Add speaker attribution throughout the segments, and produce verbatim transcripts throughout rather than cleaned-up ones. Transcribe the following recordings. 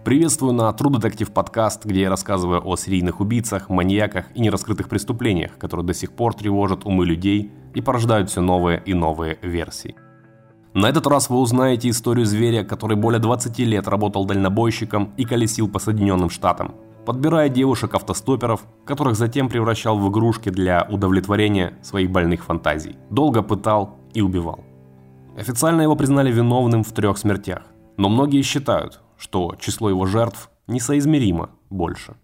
Speaker 1: Приветствую на True Detective подкаст, где я рассказываю о серийных убийцах, маньяках и нераскрытых преступлениях, которые до сих пор тревожат умы людей и порождают все новые и новые версии. На этот раз вы узнаете историю зверя, который более двадцати лет работал дальнобойщиком и колесил по Соединенным Штатам, подбирая девушек-автостоперов, которых затем превращал в игрушки для удовлетворения своих больных фантазий. Долго пытал и убивал. Официально его признали виновным в трех смертях, но многие считают, что число его жертв несоизмеримо больше.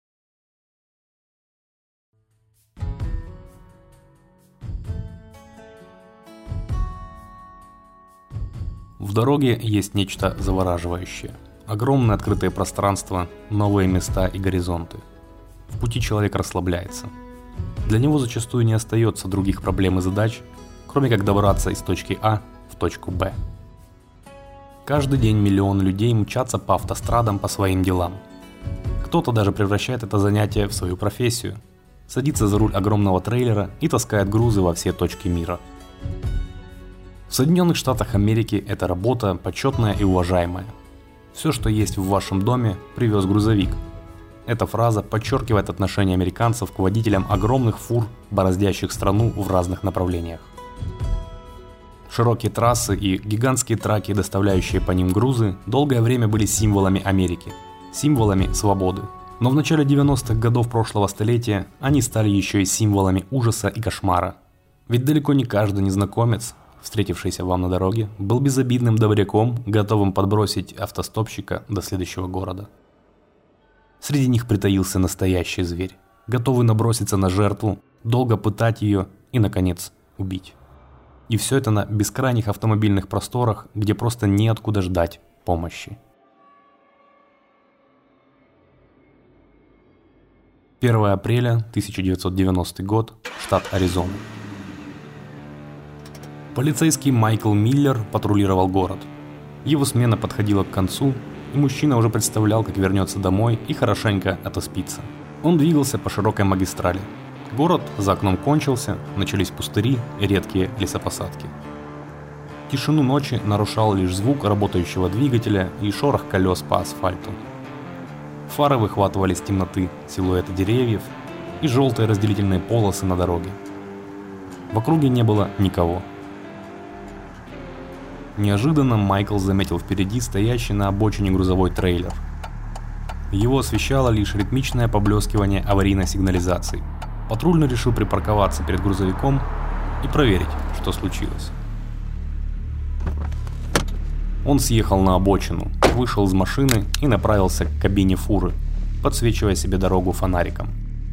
Speaker 1: В дороге есть нечто завораживающее. Огромное открытое пространство, новые места и горизонты. В пути человек расслабляется. Для него зачастую не остается других проблем и задач, кроме как добраться из точки А в точку Б. Каждый день миллионы людей мчатся по автострадам по своим делам. Кто-то даже превращает это занятие в свою профессию. Садится за руль огромного трейлера и таскает грузы во все точки мира. В Соединенных Штатах Америки эта работа почетная и уважаемая. Все, что есть в вашем доме, привез грузовик. Эта фраза подчеркивает отношение американцев к водителям огромных фур, бороздящих страну в разных направлениях. Широкие трассы и гигантские траки, доставляющие по ним грузы, долгое время были символами Америки, символами свободы. Но в начале девяностых годов прошлого столетия они стали еще и символами ужаса и кошмара. Ведь далеко не каждый незнакомец, встретившийся вам на дороге, был безобидным добряком, готовым подбросить автостопщика до следующего города. Среди них притаился настоящий зверь, готовый наброситься на жертву, долго пытать ее и, наконец, убить. И все это на бескрайних автомобильных просторах, где просто неоткуда ждать помощи. первое апреля тысяча девятьсот девяностый год, штат Аризона. Полицейский Майкл Миллер патрулировал город. Его смена подходила к концу, и мужчина уже представлял, как вернется домой и хорошенько отоспится. Он двигался по широкой магистрали. Город за окном кончился, начались пустыри и редкие лесопосадки. Тишину ночи нарушал лишь звук работающего двигателя и шорох колес по асфальту. Фары выхватывали из темноты силуэты деревьев и желтые разделительные полосы на дороге. В округе не было никого. Неожиданно Майкл заметил впереди стоящий на обочине грузовой трейлер. Его освещало лишь ритмичное поблескивание аварийной сигнализации. Патрульный решил припарковаться перед грузовиком и проверить, что случилось. Он съехал на обочину, вышел из машины и направился к кабине фуры, подсвечивая себе дорогу фонариком.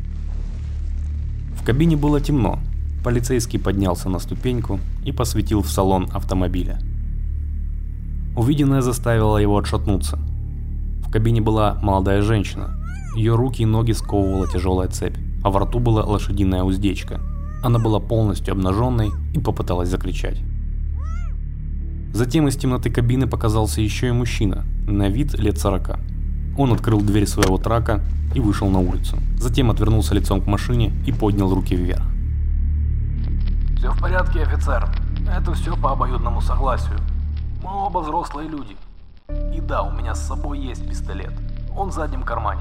Speaker 1: В кабине было темно. Полицейский поднялся на ступеньку и посветил в салон автомобиля. Увиденное заставило его отшатнуться. В кабине была молодая женщина. Ее руки и ноги сковывала тяжелая цепь, а во рту была лошадиная уздечка. Она была полностью обнаженной и попыталась закричать. Затем из темноты кабины показался еще и мужчина, на вид лет сорока. Он открыл дверь своего трака и вышел на улицу. Затем отвернулся лицом к машине и поднял руки вверх.
Speaker 2: «Все в порядке, офицер. Это все по обоюдному согласию. Мы оба взрослые люди. И да, у меня с собой есть пистолет. Он в заднем кармане».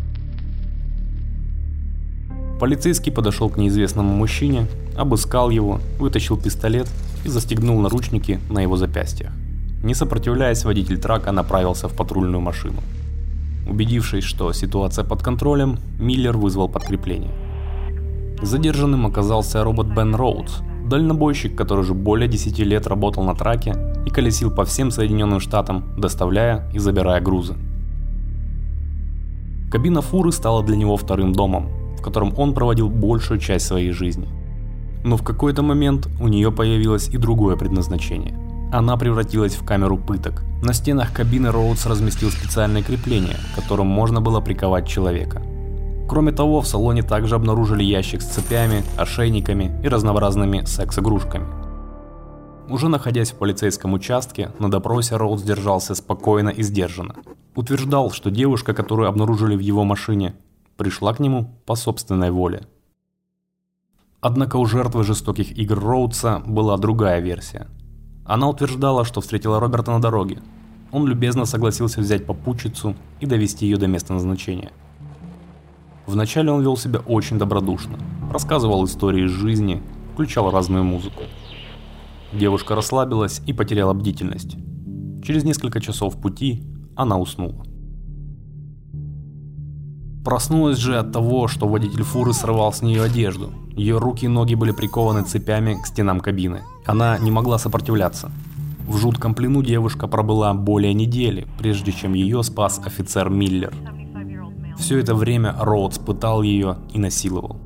Speaker 1: Полицейский подошел к неизвестному мужчине, обыскал его, вытащил пистолет и застегнул наручники на его запястьях. Не сопротивляясь, водитель трака направился в патрульную машину. Убедившись, что ситуация под контролем, Миллер вызвал подкрепление. Задержанным оказался робот Бен Роудс, дальнобойщик, который уже более десяти лет работал на траке и колесил по всем Соединенным Штатам, доставляя и забирая грузы. Кабина фуры стала для него вторым домом, в котором он проводил большую часть своей жизни. Но в какой-то момент у нее появилось и другое предназначение. Она превратилась в камеру пыток. На стенах кабины Роудс разместил специальное крепление, которым можно было приковать человека. Кроме того, в салоне также обнаружили ящик с цепями, ошейниками и разнообразными секс-игрушками. Уже находясь в полицейском участке, на допросе Роудс держался спокойно и сдержанно. Утверждал, что девушка, которую обнаружили в его машине, пришла к нему по собственной воле. Однако у жертвы жестоких игр Роудса была другая версия. Она утверждала, что встретила Роберта на дороге. он любезно согласился взять попутчицу и довести ее до места назначения. Вначале он вел себя очень добродушно, рассказывал истории из жизни, включал разную музыку. Девушка расслабилась и потеряла бдительность. Через несколько часов пути она уснула. Проснулась же от того, что водитель фуры срывал с нее одежду. Ее руки и ноги были прикованы цепями к стенам кабины. Она не могла сопротивляться. В жутком плену девушка пробыла более недели, прежде чем ее спас офицер Миллер. Все это время Роудс пытал ее и насиловал.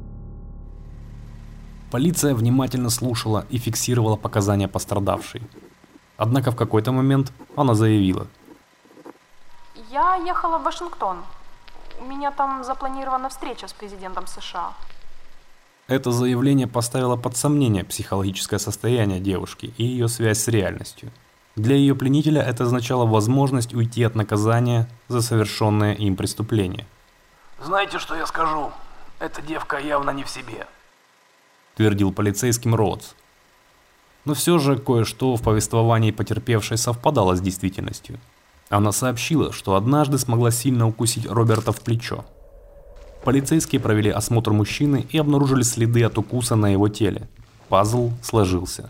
Speaker 1: Полиция внимательно слушала и фиксировала показания пострадавшей. Однако в какой-то момент она заявила:
Speaker 3: «Я ехала в Вашингтон. У меня там запланирована встреча с президентом США».
Speaker 1: Это заявление поставило под сомнение психологическое состояние девушки и ее связь с реальностью. Для ее пленителя это означало возможность уйти от наказания за совершенное им преступление.
Speaker 2: «Знаете, что я скажу? Эта девка явно не в себе»,
Speaker 1: — твердил полицейским Роудс. Но все же кое-что в повествовании потерпевшей совпадало с действительностью. Она сообщила, что однажды смогла сильно укусить Роберта в плечо. Полицейские провели осмотр мужчины и обнаружили следы от укуса на его теле. Пазл сложился.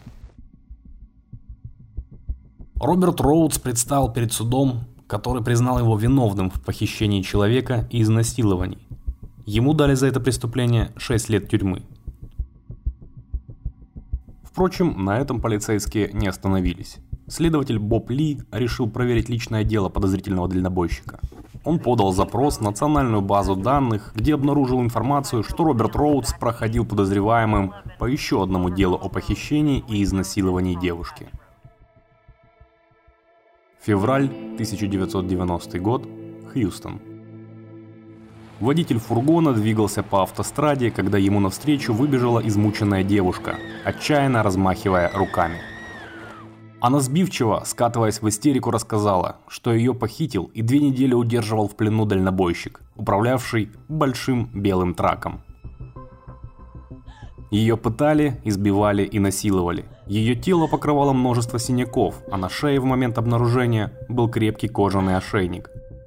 Speaker 1: Роберт Роудс предстал перед судом, который признал его виновным в похищении человека и изнасиловании. Ему дали за это преступление шесть лет тюрьмы. Впрочем, на этом полицейские не остановились. Следователь Боб Ли решил проверить личное дело подозрительного дальнобойщика. Он подал запрос в национальную базу данных, где обнаружил информацию, что Роберт Роудс проходил подозреваемым по еще одному делу о похищении и изнасиловании девушки. Февраль тысяча девятьсот девяностый год, Хьюстон. Водитель фургона двигался по автостраде, когда ему навстречу выбежала измученная девушка, отчаянно размахивая руками. Она сбивчиво, скатываясь в истерику, рассказала, что ее похитил и две недели удерживал в плену дальнобойщик, управлявший большим белым траком. Ее пытали, избивали и насиловали. Ее тело покрывало множество синяков, а на шее в момент обнаружения был крепкий кожаный ошейник.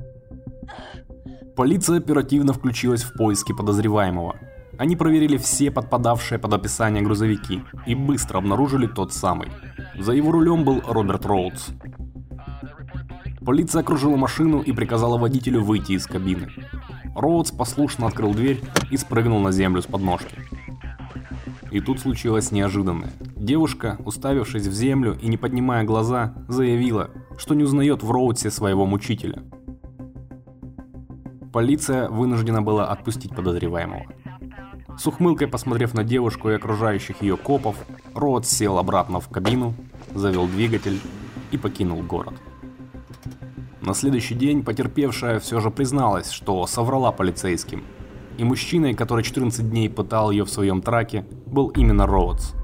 Speaker 1: Полиция оперативно включилась в поиски подозреваемого. Они проверили все подпадавшие под описание грузовики и быстро обнаружили тот самый. За его рулем был Роберт Роудс. Полиция окружила машину и приказала водителю выйти из кабины. Роудс послушно открыл дверь и спрыгнул на землю с подножки. И тут случилось неожиданное. Девушка, уставившись в землю и не поднимая глаза, заявила, что не узнает в Роудсе своего мучителя. Полиция вынуждена была отпустить подозреваемого. С ухмылкой посмотрев на девушку и окружающих ее копов, Роудс сел обратно в кабину, завел двигатель и покинул город. На следующий день потерпевшая все же призналась, что соврала полицейским, и мужчиной, который четырнадцать дней пытал ее в своем траке, был именно Роудс.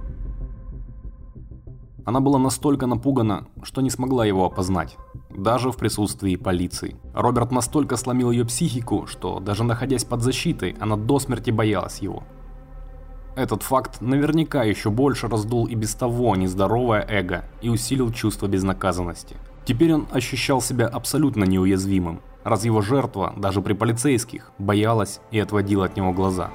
Speaker 1: Она была настолько напугана, что не смогла его опознать, даже в присутствии полиции. Роберт настолько сломил ее психику, что даже находясь под защитой, она до смерти боялась его. Этот факт наверняка еще больше раздул и без того нездоровое эго и усилил чувство безнаказанности. Теперь он ощущал себя абсолютно неуязвимым, раз его жертва, даже при полицейских, боялась и отводила от него глаза.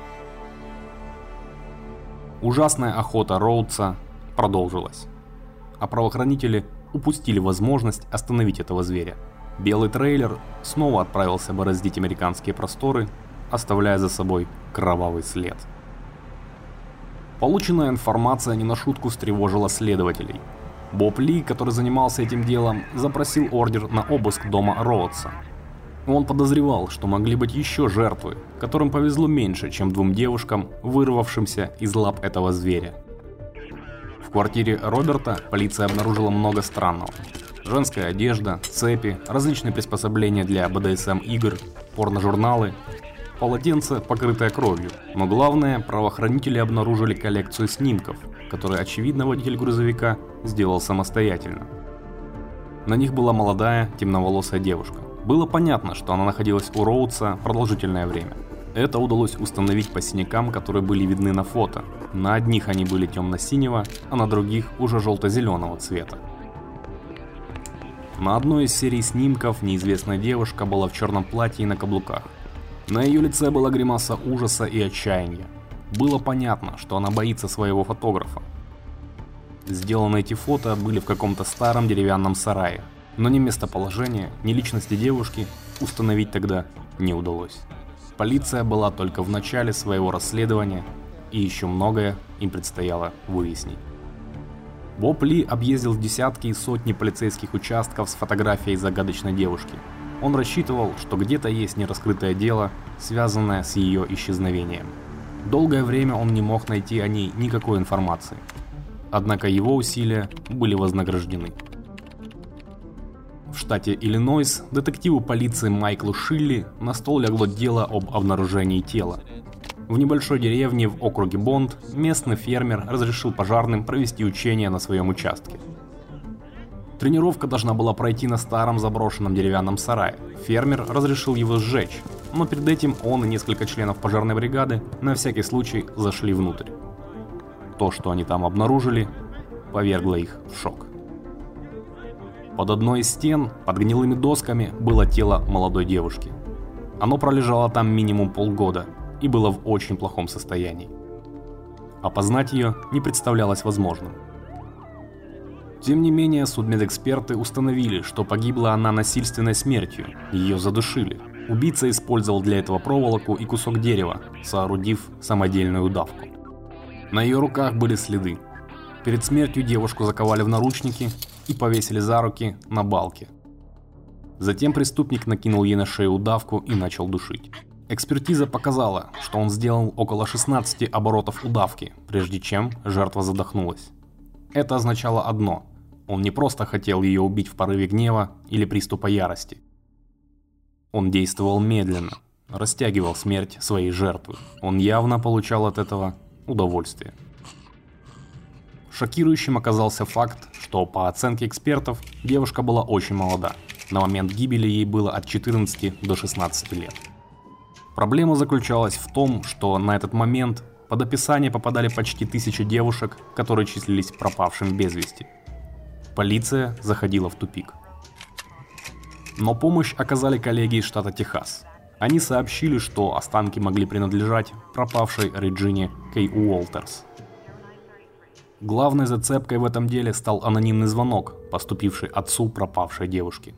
Speaker 1: Ужасная охота Роудса продолжилась, а правоохранители упустили возможность остановить этого зверя. Белый трейлер снова отправился бороздить американские просторы, оставляя за собой кровавый след. Полученная информация не на шутку встревожила следователей. Боб Ли, который занимался этим делом, запросил ордер на обыск дома Роудса. Он подозревал, что могли быть еще жертвы, которым повезло меньше, чем двум девушкам, вырвавшимся из лап этого зверя. В квартире Роберта полиция обнаружила много странного. Женская одежда, цепи, различные приспособления для бэ дэ эс эм игр, порножурналы, полотенце, покрытое кровью. Но главное, правоохранители обнаружили коллекцию снимков, которые, очевидно, водитель грузовика сделал самостоятельно. На них была молодая, темноволосая девушка. Было понятно, что она находилась у Роудса продолжительное время. Это удалось установить по синякам, которые были видны на фото. На одних они были темно-синего, а на других уже желто-зеленого цвета. На одной из серий снимков неизвестная девушка была в черном платье и на каблуках. На ее лице была гримаса ужаса и отчаяния. Было понятно, что она боится своего фотографа. Сделаны эти фото были в каком-то старом деревянном сарае, но ни местоположение, ни личности девушки установить тогда не удалось. Полиция была только в начале своего расследования, и еще многое им предстояло выяснить. Боб Ли объездил десятки и сотни полицейских участков с фотографией загадочной девушки. Он рассчитывал, что где-то есть нераскрытое дело, связанное с ее исчезновением. Долгое время он не мог найти о ней никакой информации. Однако его усилия были вознаграждены. В штате Иллинойс детективу полиции Майклу Шилли на стол легло дело об обнаружении тела. В небольшой деревне в округе Бонд местный фермер разрешил пожарным провести учения на своем участке. Тренировка должна была пройти на старом заброшенном деревянном сарае. Фермер разрешил его сжечь, но перед этим он и несколько членов пожарной бригады на всякий случай зашли внутрь. То, что они там обнаружили, повергло их в шок. Под одной из стен, под гнилыми досками, было тело молодой девушки. Оно пролежало там минимум полгода и было в очень плохом состоянии. Опознать ее не представлялось возможным. Тем не менее, судмедэксперты установили, что погибла она насильственной смертью, ее задушили. Убийца использовал для этого проволоку и кусок дерева, соорудив самодельную удавку. На ее руках были следы. Перед смертью девушку заковали в наручники и повесили за руки на балке. Затем преступник накинул ей на шею удавку и начал душить. Экспертиза показала, что он сделал около шестнадцати оборотов удавки, прежде чем жертва задохнулась. Это означало одно: он не просто хотел ее убить в порыве гнева или приступа ярости. Он действовал медленно, растягивал смерть своей жертвы. Он явно получал от этого удовольствие. Шокирующим оказался факт, что по оценке экспертов девушка была очень молода. На момент гибели ей было от четырнадцати до шестнадцати лет. Проблема заключалась в том, что на этот момент под описание попадали почти тысяча девушек, которые числились пропавшими без вести. Полиция заходила в тупик. Но помощь оказали коллеги из штата Техас. Они сообщили, что останки могли принадлежать пропавшей Реджине Кей Уолтерс. Главной зацепкой в этом деле стал анонимный звонок, поступивший отцу пропавшей девушки.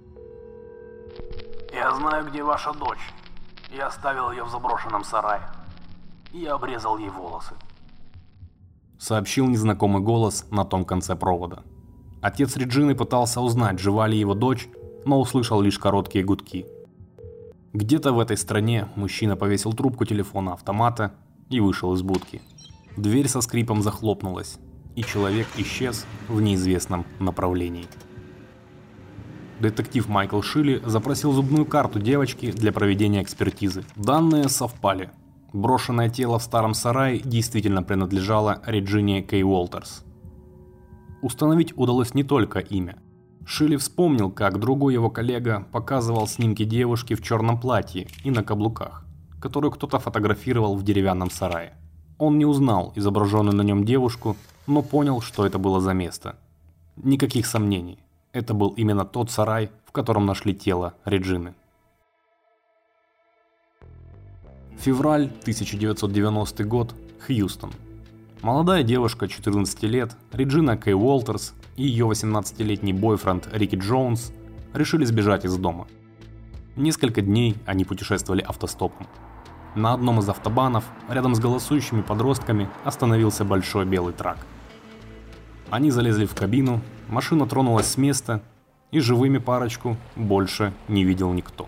Speaker 2: «Я знаю, где ваша дочь. Я оставил ее в заброшенном сарае. Я обрезал ей волосы»,
Speaker 1: — сообщил незнакомый голос на том конце провода. Отец Реджины пытался узнать, жива ли его дочь, но услышал лишь короткие гудки. Где-то в этой стране мужчина повесил трубку телефона автомата и вышел из будки. Дверь со скрипом захлопнулась, и человек исчез в неизвестном направлении. Детектив Майкл Шилли запросил зубную карту девочки для проведения экспертизы. Данные совпали. Брошенное тело в старом сарае действительно принадлежало Реджине Кей Уолтерс. Установить удалось не только имя. Шилли вспомнил, как другой его коллега показывал снимки девушки в черном платье и на каблуках, которую кто-то фотографировал в деревянном сарае. Он не узнал изображенную на нем девушку, но понял, что это было за место. Никаких сомнений, это был именно тот сарай, в котором нашли тело Реджины. Февраль тысяча девятьсот девяностый год, Хьюстон. Молодая девушка четырнадцати лет, Реджина Кей Уолтерс, и ее восемнадцатилетний бойфренд Рики Джонс решили сбежать из дома. Несколько дней они путешествовали автостопом. На одном из автобанов, рядом с голосующими подростками, остановился большой белый трак. Они залезли в кабину, машина тронулась с места, и живыми парочку больше не видел никто.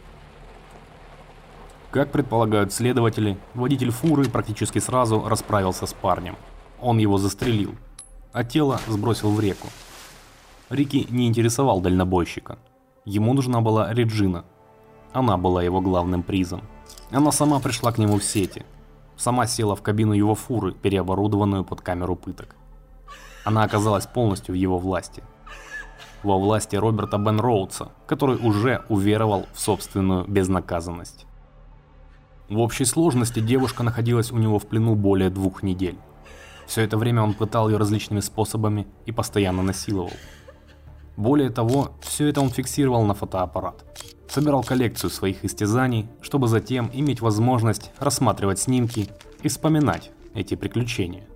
Speaker 1: Как предполагают следователи, водитель фуры практически сразу расправился с парнем. Он его застрелил, а тело сбросил в реку. Рики не интересовал дальнобойщика. Ему нужна была Реджина. Она была его главным призом. Она сама пришла к нему в сети. Сама села в кабину его фуры, переоборудованную под камеру пыток. Она оказалась полностью в его власти. Во власти Роберта Бен Роудса, который уже уверовал в собственную безнаказанность. В общей сложности девушка находилась у него в плену более двух недель. Все это время он пытал ее различными способами и постоянно насиловал. Более того, все это он фиксировал на фотоаппарат. Собирал коллекцию своих истязаний, чтобы затем иметь возможность рассматривать снимки и вспоминать эти приключения.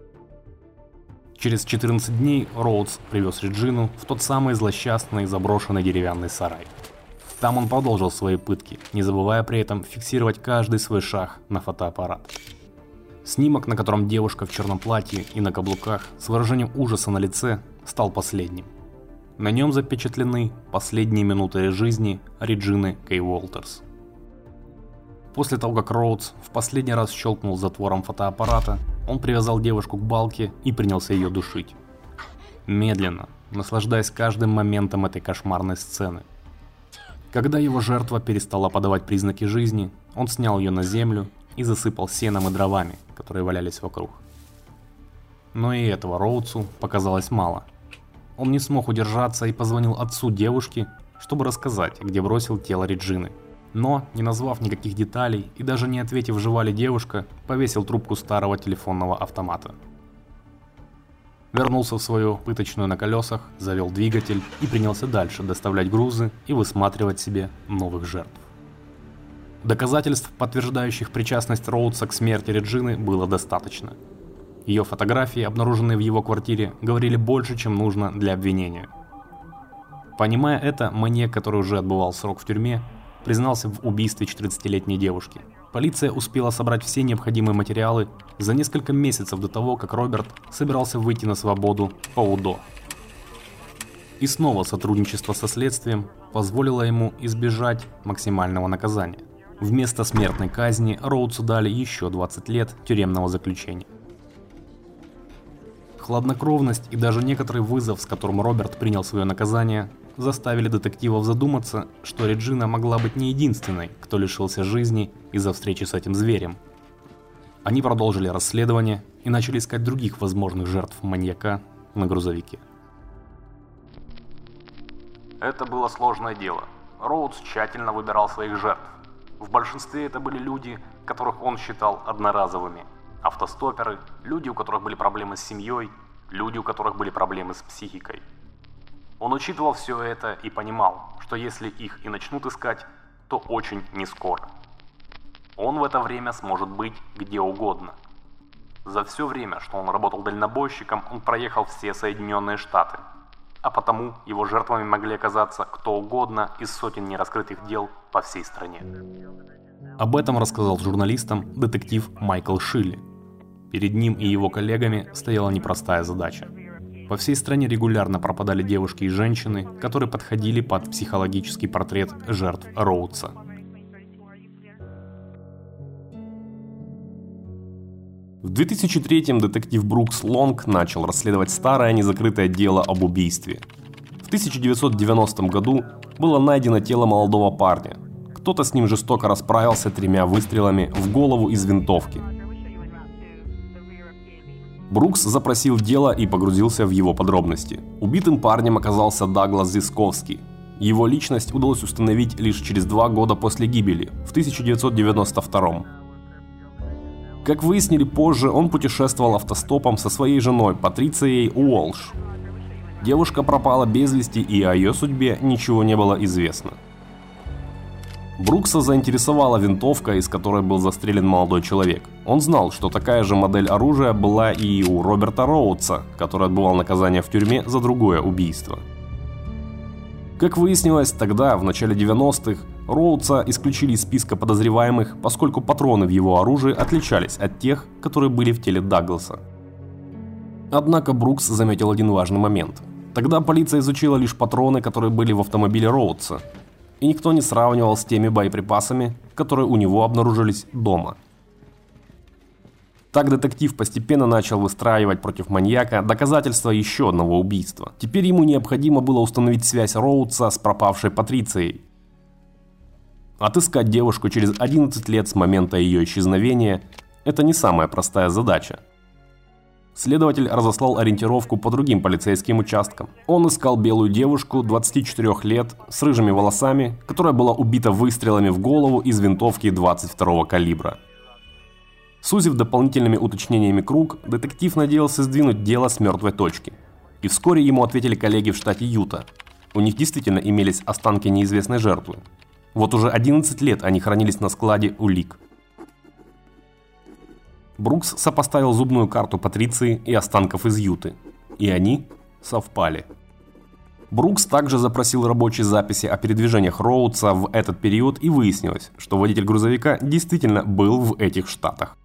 Speaker 1: Через четырнадцать дней Роудс привез Реджину в тот самый злосчастный заброшенный деревянный сарай. Там он продолжил свои пытки, не забывая при этом фиксировать каждый свой шаг на фотоаппарат. Снимок, на котором девушка в черном платье и на каблуках с выражением ужаса на лице, стал последним. На нем запечатлены последние минуты жизни Реджины Кей Уолтерс. После того, как Роудс в последний раз щелкнул затвором фотоаппарата, он привязал девушку к балке и принялся ее душить. Медленно, наслаждаясь каждым моментом этой кошмарной сцены. Когда его жертва перестала подавать признаки жизни, он снял ее на землю и засыпал сеном и дровами, которые валялись вокруг. Но и этого Роудсу показалось мало. Он не смог удержаться и позвонил отцу девушки, чтобы рассказать, где бросил тело Реджины. Но, не назвав никаких деталей и даже не ответив, жива ли девушка, повесил трубку старого телефонного автомата. Вернулся в свою пыточную на колесах, завел двигатель и принялся дальше доставлять грузы и высматривать себе новых жертв. Доказательств, подтверждающих причастность Роудса к смерти Реджины, было достаточно. Ее фотографии, обнаруженные в его квартире, говорили больше, чем нужно для обвинения. Понимая это, маньяк, который уже отбывал срок в тюрьме, признался в убийстве четырнадцатилетней девушки. Полиция успела собрать все необходимые материалы за несколько месяцев до того, как Роберт собирался выйти на свободу по УДО. И снова сотрудничество со следствием позволило ему избежать максимального наказания. Вместо смертной казни Роудсу дали еще двадцать лет тюремного заключения. Хладнокровность и даже некоторый вызов, с которым Роберт принял свое наказание, заставили детективов задуматься, что Реджина могла быть не единственной, кто лишился жизни из-за встречи с этим зверем. Они продолжили расследование и начали искать других возможных жертв маньяка на грузовике.
Speaker 2: Это было сложное дело. Роудс тщательно выбирал своих жертв. В большинстве это были люди, которых он считал одноразовыми. Автостоперы, люди, у которых были проблемы с семьей, люди, у которых были проблемы с психикой. Он учитывал все это и понимал, что если их и начнут искать, то очень нескоро. Он в это время сможет быть где угодно. За все время, что он работал дальнобойщиком, он проехал все Соединенные Штаты, а потому его жертвами могли оказаться кто угодно из сотен нераскрытых дел по всей стране.
Speaker 1: Об этом рассказал журналистам детектив Майкл Шилли. Перед ним и его коллегами стояла непростая задача. По всей стране регулярно пропадали девушки и женщины, которые подходили под психологический портрет жертв Роудса. В две тысячи третьем детектив Брукс Лонг начал расследовать старое незакрытое дело об убийстве. В тысяча девятьсот девяностом году было найдено тело молодого парня. Кто-то с ним жестоко расправился тремя выстрелами в голову из винтовки. Брукс запросил дело и погрузился в его подробности. Убитым парнем оказался Даглас Зисковский. Его личность удалось установить лишь через два года после гибели, в тысяча девятьсот девяносто втором. Как выяснили позже, он путешествовал автостопом со своей женой Патрицией Уолш. Девушка пропала без вести, и о ее судьбе ничего не было известно. Брукса заинтересовала винтовка, из которой был застрелен молодой человек. Он знал, что такая же модель оружия была и у Роберта Роудса, который отбывал наказание в тюрьме за другое убийство. Как выяснилось, тогда, в начале девяностых, Роудса исключили из списка подозреваемых, поскольку патроны в его оружии отличались от тех, которые были в теле Дагласа. Однако Брукс заметил один важный момент. Тогда полиция изучила лишь патроны, которые были в автомобиле Роудса, и никто не сравнивал с теми боеприпасами, которые у него обнаружились дома. Так детектив постепенно начал выстраивать против маньяка доказательства еще одного убийства. Теперь ему необходимо было установить связь Роудса с пропавшей Патрицией. Отыскать девушку через одиннадцать лет с момента ее исчезновения – это не самая простая задача. Следователь разослал ориентировку по другим полицейским участкам. Он искал белую девушку двадцати четырёх лет с рыжими волосами, которая была убита выстрелами в голову из винтовки двадцать второго калибра. Сузив дополнительными уточнениями круг, детектив надеялся сдвинуть дело с мертвой точки.
Speaker 4: И вскоре ему ответили коллеги в штате Юта. У них действительно имелись останки неизвестной жертвы. Вот уже одиннадцать лет они хранились на складе улик. Брукс сопоставил зубную карту Патриции и останков из Юты. И они совпали. Брукс также запросил рабочие записи о передвижениях Роудса в этот период, и выяснилось, что водитель грузовика действительно был в этих штатах.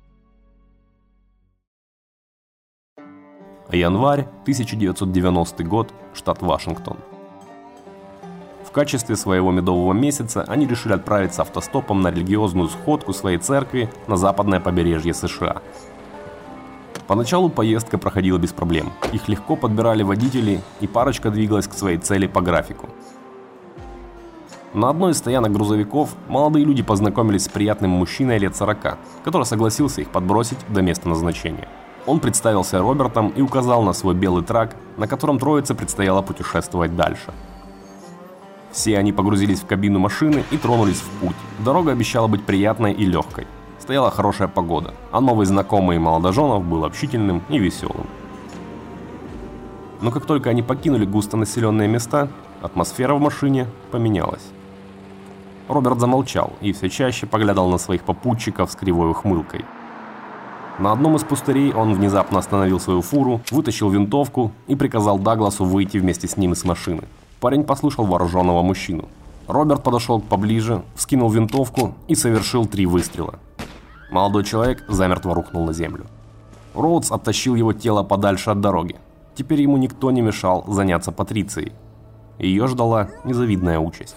Speaker 4: Январь тысяча девятьсот девяностый год, штат Вашингтон. В качестве своего медового месяца они решили отправиться автостопом на религиозную сходку своей церкви на западное побережье США. Поначалу поездка проходила без проблем. Их легко подбирали водители, и парочка двигалась к своей цели по графику. На одной из стоянок грузовиков молодые люди познакомились с приятным мужчиной лет сорока, который согласился их подбросить до места назначения. Он представился Робертом и указал на свой белый трак, на котором троице предстояло путешествовать дальше. Все они погрузились в кабину машины и тронулись в путь. Дорога обещала быть приятной и легкой. Стояла хорошая погода, а новый знакомый молодоженов был общительным и веселым. Но как только они покинули густонаселенные места, атмосфера в машине поменялась. Роберт замолчал и все чаще поглядывал на своих попутчиков с кривой ухмылкой. На одном из пустырей он внезапно остановил свою фуру, вытащил винтовку и приказал Дагласу выйти вместе с ним из машины. Парень послушал вооруженного мужчину. Роберт подошел поближе, вскинул винтовку и совершил три выстрела. Молодой человек замертво рухнул на землю. Роудс оттащил его тело подальше от дороги. Теперь ему никто не мешал заняться Патрицией. Ее ждала незавидная участь.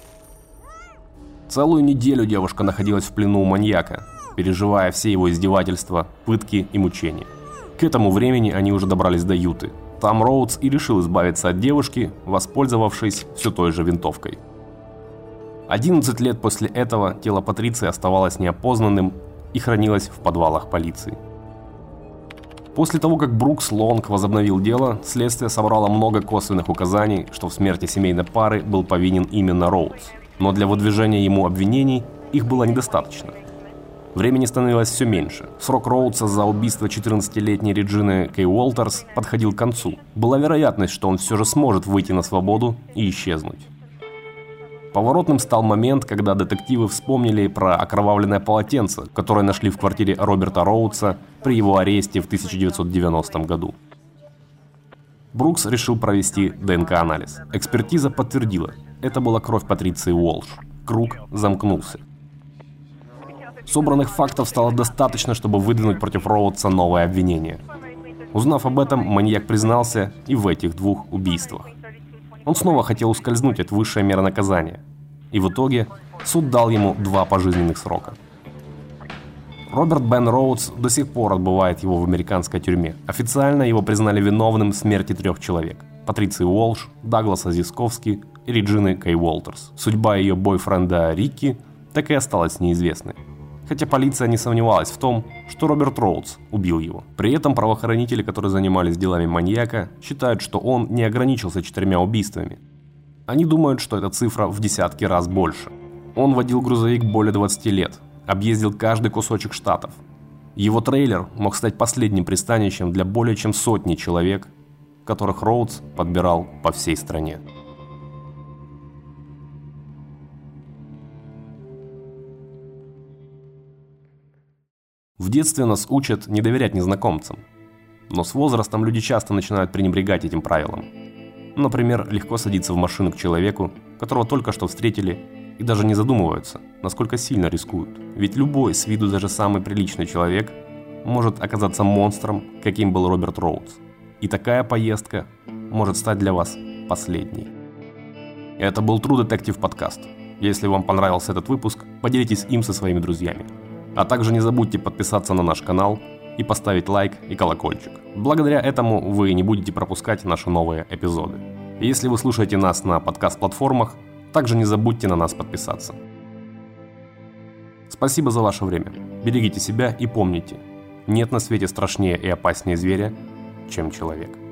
Speaker 4: Целую неделю девушка находилась в плену у маньяка, переживая все его издевательства, пытки и мучения. К этому времени они уже добрались до Юты. Там Роудс и решил избавиться от девушки, воспользовавшись все той же винтовкой. одиннадцать лет после этого тело Патриции оставалось неопознанным и хранилось в подвалах полиции. После того, как Брукс Лонг возобновил дело, следствие собрало много косвенных указаний, что в смерти семейной пары был повинен именно Роудс. Но для выдвижения ему обвинений их было недостаточно. Времени становилось все меньше. Срок Роудса за убийство четырнадцатилетней Реджины Кей Уолтерс подходил к концу. Была вероятность, что он все же сможет выйти на свободу и исчезнуть. Поворотным стал момент, когда детективы вспомнили про окровавленное полотенце, которое нашли в квартире Роберта Роудса при его аресте в тысяча девятьсот девяностом году. Брукс решил провести ДНК-анализ. Экспертиза подтвердила, это была кровь Патриции Уолш. Круг замкнулся. Собранных фактов стало достаточно, чтобы выдвинуть против Роудса новое обвинение. Узнав об этом, маньяк признался и в этих двух убийствах. Он снова хотел ускользнуть от высшей меры наказания. И в итоге суд дал ему два пожизненных срока. Роберт Бен Роудс до сих пор отбывает его в американской тюрьме. Официально его признали виновным в смерти трех человек. Патриции Уолш, Дагласа Зисковски и Реджины Кей Уолтерс. Судьба ее бойфренда Рикки так и осталась неизвестной. Хотя полиция не сомневалась в том, что Роберт Роудс убил его. При этом правоохранители, которые занимались делами маньяка, считают, что он не ограничился четырьмя убийствами. Они думают, что эта цифра в десятки раз больше. Он водил грузовик более двадцати лет, объездил каждый кусочек штатов. Его трейлер мог стать последним пристанищем для более чем сотни человек, которых Роудс подбирал по всей стране. В детстве нас учат не доверять незнакомцам, но с возрастом люди часто начинают пренебрегать этим правилом. Например, легко садиться в машину к человеку, которого только что встретили, и даже не задумываются, насколько сильно рискуют. Ведь любой, с виду даже самый приличный человек, может оказаться монстром, каким был Роберт Роудс. И такая поездка может стать для вас последней. Это был True Detective подкаст. Если вам понравился этот выпуск, поделитесь им со своими друзьями. А также не забудьте подписаться на наш канал и поставить лайк и колокольчик. Благодаря этому вы не будете пропускать наши новые эпизоды. Если вы слушаете нас на подкаст-платформах, также не забудьте на нас подписаться. Спасибо за ваше время. Берегите себя и помните, нет на свете страшнее и опаснее зверя, чем человек.